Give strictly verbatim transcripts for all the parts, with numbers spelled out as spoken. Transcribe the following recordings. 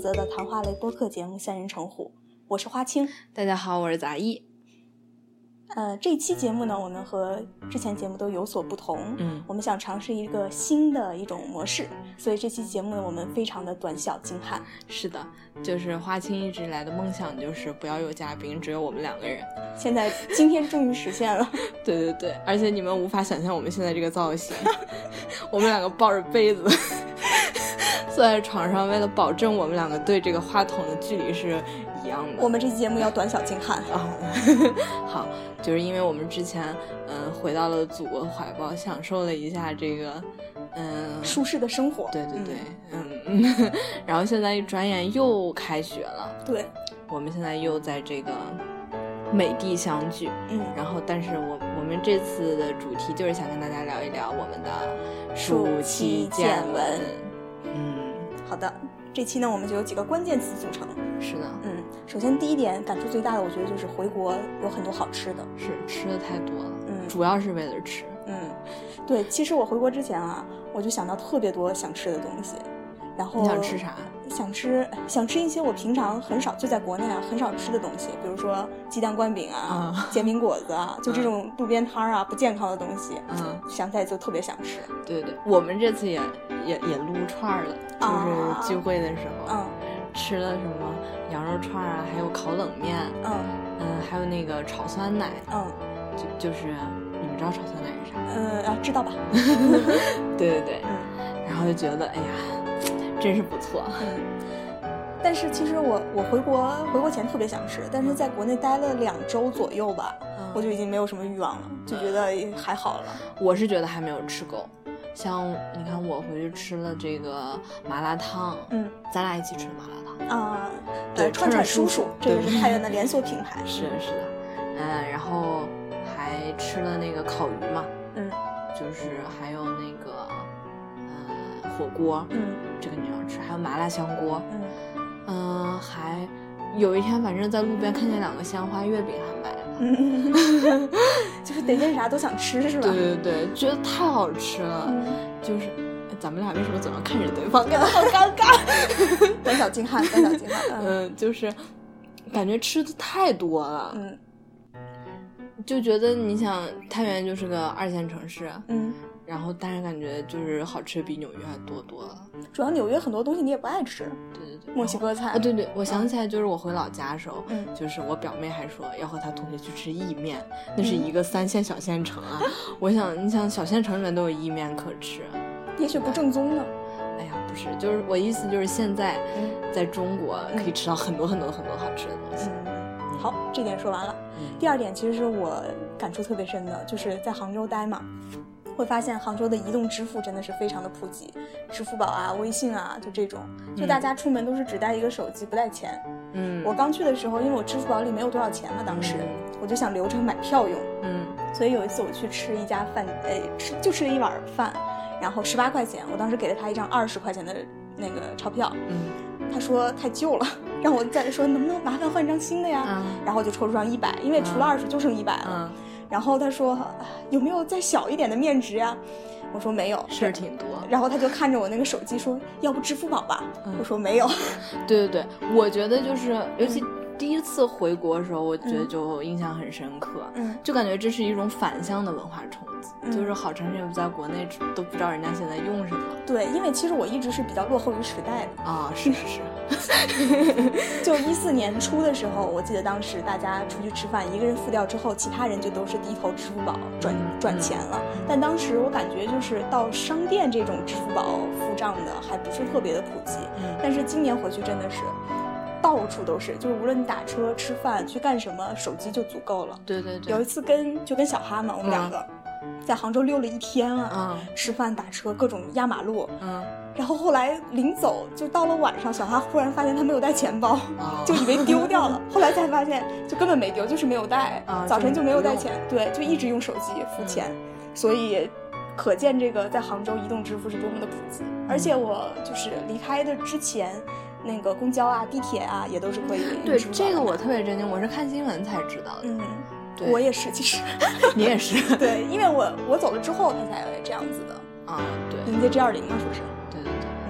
责的谈话类播客节目《三人成虎》，我是花青。 大家好，我是杂艺。 呃，这期节目呢，我们和之前节目都有所不同。 嗯， 我们想尝试一个新的一种模式，所以这期节目呢，我们非常的短小精悍。 是的，就是花青一直以来的梦想就是不要有嘉宾，只有我们两个人。 现在今天终于实现了。 对对对，而且你们无法想象我们现在这个造型，我们两个抱着杯子坐在床上，为了保证我们两个对这个话筒的距离是一样的。 我们这期节目要短小精悍啊、哦。好，就是因为我们之前嗯、呃、回到了祖国怀抱，享受了一下这个嗯、呃、 舒适的生活。 对对对，嗯嗯，然后现在一转眼又开学了。 对， 我们现在又在这个美的相聚。 嗯， 然后但是我我们这次的主题就是想跟大家聊一聊我们的暑期见闻。 嗯， 好的，这期呢我们就有几个关键词组成。 是的， 嗯，首先第一点感触最大的，我觉得就是回国有很多好吃的。 是，吃的太多了。 嗯， 主要是为了吃。 嗯，对，其实我回国之前啊，我就想到特别多想吃的东西。然后你想吃啥？ 想吃想吃一些我平常很少就在国内啊很少吃的东西，比如说鸡蛋灌饼啊、嗯、煎饼果子啊，就这种路边摊啊、嗯、不健康的东西。 嗯， 想起来就特别想吃。 对对，我们这次也也也撸串了，就是聚会的时候， 嗯， 吃了什么羊肉串啊，还有烤冷面， 嗯嗯，还有那个炒酸奶， 嗯， 就就是你们知道炒酸奶是啥？ 嗯啊，知道吧？ 对对对， 嗯， 然后就觉得哎呀。真是不错。 嗯，但是其实我我回国回国前特别想吃，但是在国内待了两周左右吧，嗯、我就已经没有什么欲望了，就觉得还好了。 我是觉得还没有吃够，像你看我回去吃了这个麻辣烫， 嗯， 咱俩一起吃的麻辣烫啊， 对， 串串叔叔，这个是太原的连锁品牌。 是的，是的，嗯，然后还吃了那个烤鱼嘛， 嗯， 就是还有那个呃火锅， 嗯。 这个你要吃，还有麻辣香锅， 嗯嗯、呃，还有一天反正在路边看见两个鲜花月饼还买了， 嗯，就是得见啥都想吃是吧？ 对对对，觉得太好吃了， 嗯、 就是咱们俩为什么总要看着对方，感觉好尴尬。 短小精悍，短小精悍， 嗯、呃，就是感觉吃的太多了， 嗯， 就觉得你想太原就是个二线城市， 嗯。 然后但是感觉就是好吃比纽约还多多了， 主要纽约很多东西你也不爱吃。 对对对， 墨西哥菜啊，对对，我想起来就是我回老家的时候， 嗯， 就是我表妹还说要和她同学去吃意面，那是一个三线小县城啊，我想你想小县城里面都有意面可吃， 也许不正宗呢。 哎呀，不是，就是我意思就是现在在中国可以吃到很多很多很多好吃的东西。 嗯，好，这点说完了。 嗯、 第二点其实是我感触特别深的，就是在杭州待嘛。会发现杭州的移动支付真的是非常的普及，支付宝啊、微信啊，就这种，就大家出门都是只带一个手机，不带钱。 嗯， 我刚去的时候，因为我支付宝里没有多少钱嘛，当时、嗯、我就想留着买票用。 嗯， 所以有一次我去吃一家饭，哎，吃就吃了一碗饭，然后十八块钱，我当时给了他一张二十块钱的那个钞票。 嗯， 他说太旧了，让我再说能不能麻烦换一张新的呀？ 嗯、 然后我就抽出张一百，因为除了二十就剩一百了。 嗯。 然后他说有没有再小一点的面值呀？我说没有， 事儿挺多。 然后他就看着我那个手机说要不支付宝吧、嗯、我说没有。 对对对，我觉得就是尤其第一次回国的时候，我觉得就印象很深刻， 嗯， 就感觉这是一种反向的文化冲击、嗯、就是好长时间不在国内都不知道人家现在用什么。 对，因为其实我一直是比较落后于时代的啊，是是是。 就一四年初的时候，我记得当时大家出去吃饭，一个人付掉之后，其他人就都是低头支付宝转转钱了、嗯。但当时我感觉就是到商店这种支付宝付账的还不是特别的普及。 嗯， 但是今年回去真的是到处都是，就是无论你打车、吃饭、去干什么，手机就足够了。 对对对。 有一次跟就跟小哈嘛，我们两个。嗯，在杭州溜了一天啊、 嗯， 吃饭打车各种压马路， 嗯， 然后后来临走就到了晚上，小哈忽然发现他没有带钱包、哦、就以为丢掉了，后来才发现就根本没丢，就是没有带、 哦、 早晨就没有带钱，对，就一直用手机付钱、嗯、所以可见这个在杭州移动支付是多么的普及、嗯、而且我就是离开的之前那个公交啊地铁啊也都是可以用。 对，这个我特别震惊，我是看新闻才知道的。 嗯，我也是，其实你也是。 对，因为我我走了之后他才这样子的啊。对， 迎接 G 二十 嘛，说是。 对对对。 嗯，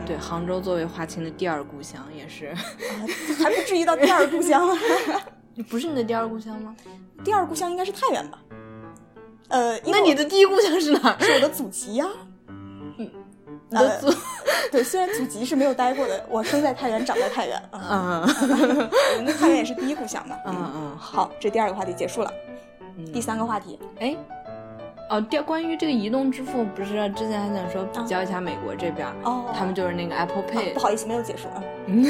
对，杭州作为华清的第二故乡，也是、啊、 还不至于到第二故乡不是你的第二故乡吗？ 第二故乡应该是太原吧。呃， 那你的第一故乡是哪儿？ 是我的祖籍呀、啊。 嗯，你的祖、呃、 对，虽然祖籍是没有待过的，我生在太原，长在太原。 嗯， 我们的太原也是第一故乡嘛。 嗯嗯， 好，这第二个话题结束了。嗯、第三个话题， 哎，哦，第关于这个移动支付，不是之前还想说比较一下美国这边， 哦、 他们就是那个 Apple Pay、 哦。不好意思，没有结束啊。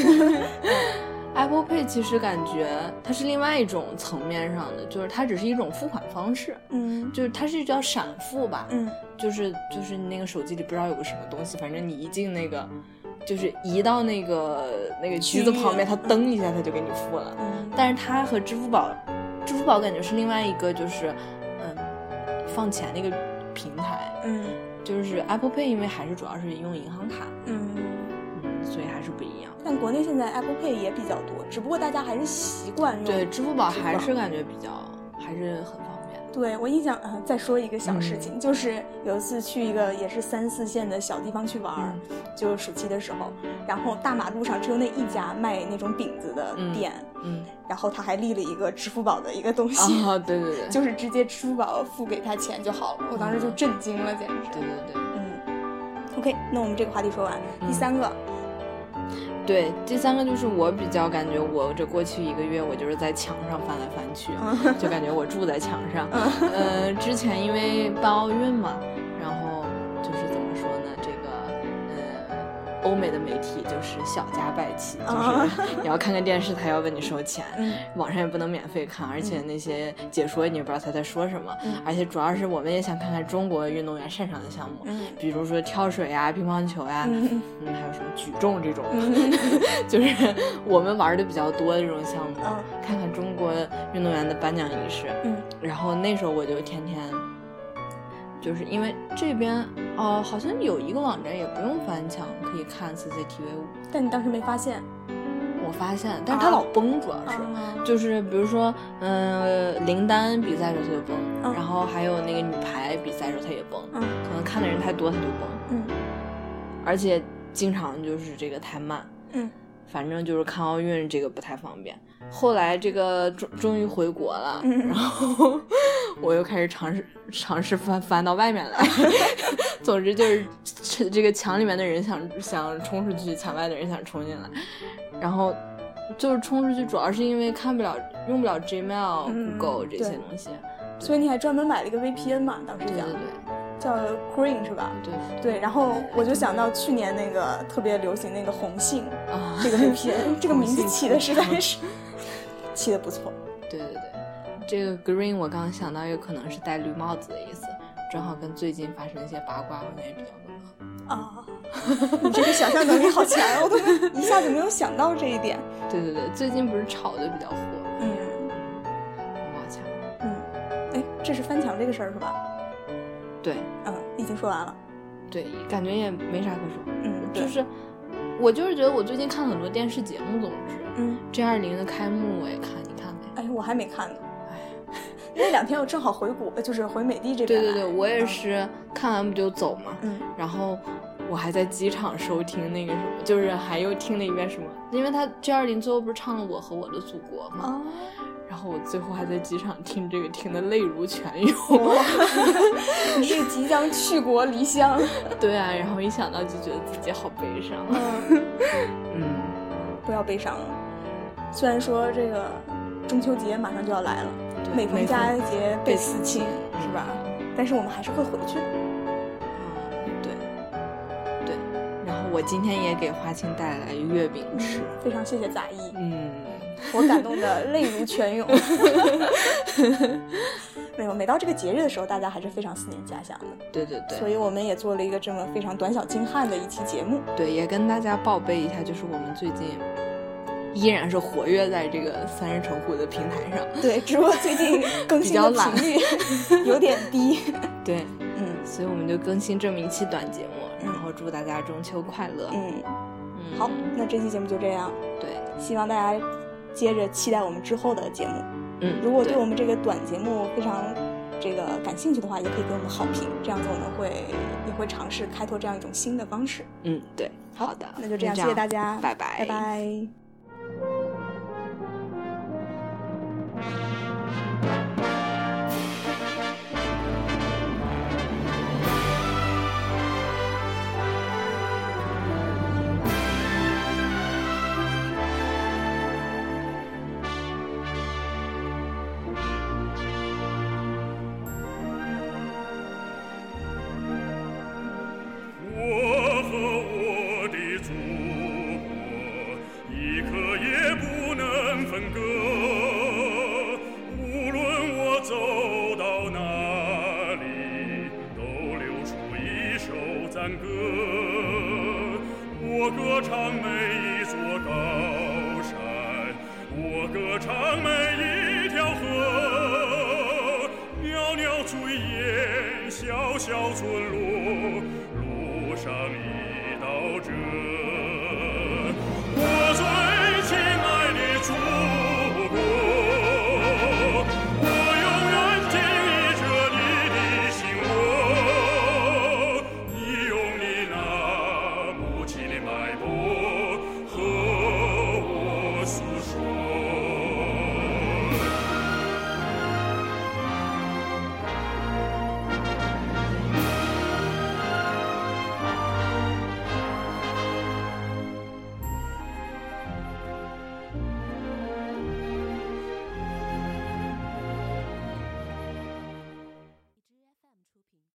Apple Pay 其实感觉它是另外一种层面上的，就是它只是一种付款方式， 嗯， 就是它是叫闪付吧， 嗯， 就是就是那个手机里不知道有个什么东西，反正你一进那个，就是移到那个那个机子旁边，它噔一下它就给你付了， 嗯， 但是它和支付宝，支付宝感觉是另外一个就是嗯放钱那个平台， 嗯， 就是 Apple Pay 因为还是主要是用银行卡， 嗯嗯，所以还是不一样。 但国内现在 Apple Pay 也比较多，只不过大家还是习惯用。 对，支付宝还是感觉比较还是很方便。 对，我印象、呃、再说一个小事情、嗯、就是有一次去一个也是三四线的小地方去玩、嗯、就暑期的时候，然后大马路上只有那一家卖那种饼子的店， 嗯, 嗯然后他还立了一个支付宝的一个东西， 哦，对对对， 就是直接支付宝付给他钱就好了，我当时就震惊了，简直是。 对对对， 嗯 OK， 那我们这个话题说完、嗯、第三个， 对，第三个就是我比较感觉我这过去一个月我就是在墙上翻来翻去，嗯、就感觉我住在墙上。嗯、呃，之前因为办奥运嘛，然后就是怎么说呢，这个呃，欧美的媒体就是小家败气，就是你要看看电视，他要问你收钱，嗯、网上也不能免费看，而且那些解说你也不知道他在说什么，嗯、而且主要是我们也想看看中国运动员擅长的项目，嗯、比如说跳水啊、乒乓球啊，嗯，嗯还有什么举重这种，嗯、就是我们玩的比较多的这种项目，嗯、看看中国运动员的颁奖仪式，嗯，然后那时候我就天天。就是因为这边哦、呃，好像有一个网站也不用翻墙可以看 C C T V 五， 但你当时没发现？ 我发现，但是它老崩，主要是、啊、就是比如说，嗯、呃，林丹比赛的时候它就崩、嗯，然后还有那个女排比赛的时候它也崩，嗯，可能看的人太多它就崩， 嗯， 而且经常就是这个太慢， 嗯， 反正就是看奥运这个不太方便。后来这个终终于回国了， 嗯、 然后我又开始尝试尝试翻翻到外面来。总之就是这个墙里面的人想想冲出去，墙外的人想冲进来，然后就是冲出去主要是因为看不了用不了 Gmail、Google、嗯、这些东西， 所以你还专门买了一个 V P N 嘛？当时讲对对对。 叫 Green 是吧？ 对对，然后我就想到去年那个特别流行那个红杏啊，这个 V P N 这个名字起的实在是起的不错。 对对对，这个 Green 我刚刚想到也可能是戴绿帽子的意思，正好跟最近发生一些八卦好像也比较吻合啊。你这个想象能力好强，我都一下子没有想到这一点。 对对对，最近不是炒的比较火， 嗯， 好强， 嗯，哎，这是翻墙这个事儿是吧？ 对， 嗯，已经说完了。 对，感觉也没啥可说。 嗯， 就是我就是觉得我最近看很多电视节目，总之， 嗯 ，G 二零的开幕我也看，你看没？ 哎，我还没看呢。哎，那两天我正好回国，就是回美的这边。 对对对，我也是、嗯、看完不就走嘛。 嗯。 然后我还在机场收听那个什么，就是还又听了一遍什么，因为他 G 二零最后不是唱了《我和我的祖国》嘛。 哦。 然后我最后还在机场听这个，听得泪如泉涌。 你是即将去国离乡？ 对啊，然后一想到就觉得自己好悲伤。 嗯， 嗯， 不要悲伤。虽然说这个中秋节马上就要来了，每逢佳节倍思亲，是吧？但是我们还是会回去的。 嗯，对，对。然后我今天也给花青带来月饼吃， 嗯、非常谢谢杂艺。 嗯。 我感动的泪如泉涌。没有，每到这个节日的时候，大家还是非常思念家乡的。 对对对， 所以我们也做了一个这么非常短小精悍的一期节目。 对，也跟大家报备一下，就是我们最近依然是活跃在这个三人成虎的平台上。 对，只不过最近更新的频率有点低。 对， 嗯， 所以我们就更新这么一期短节目，然后祝大家中秋快乐。 嗯，嗯好，那这期节目就这样。 对， 希望大家接着期待我们之后的节目。 嗯， 如果对我们这个短节目非常这个感兴趣的话，也可以给我们好评，这样子我们会也会尝试开拓这样一种新的方式。 嗯，对，好的， 那就这样，谢谢大家， 拜拜， 拜拜。 我最亲爱的祖